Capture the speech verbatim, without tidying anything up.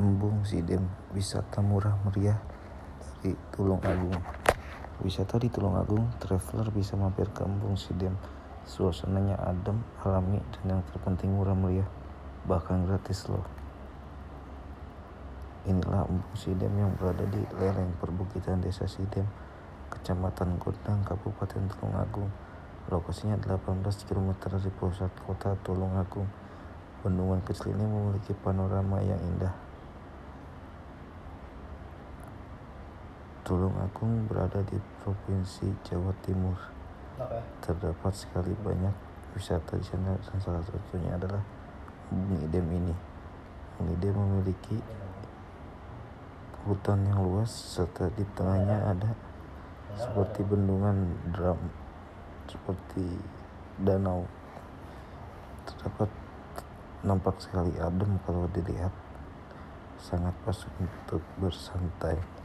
Embung Sidem, wisata murah meriah dari Tulungagung. Wisata di Tulungagung, traveler bisa mampir ke Embung Sidem. Suasananya adem, alami, dan yang terpenting murah meriah, bahkan gratis loh. Inilah Embung Sidem yang berada di lereng perbukitan Desa Sidem, Kecamatan Gondang, Kabupaten Tulungagung. Lokasinya delapan belas kilometer dari pusat kota Tulungagung. Bendungan kecil ini memiliki panorama yang indah. Tulungagung berada di Provinsi Jawa Timur. Terdapat sekali banyak wisata di sana dan salah satunya adalah Embung Idem ini. Embung Idem memiliki hutan yang luas serta di tengahnya ada seperti bendungan dram, seperti danau. Terdapat nampak sekali adem kalau dilihat, sangat pas untuk bersantai.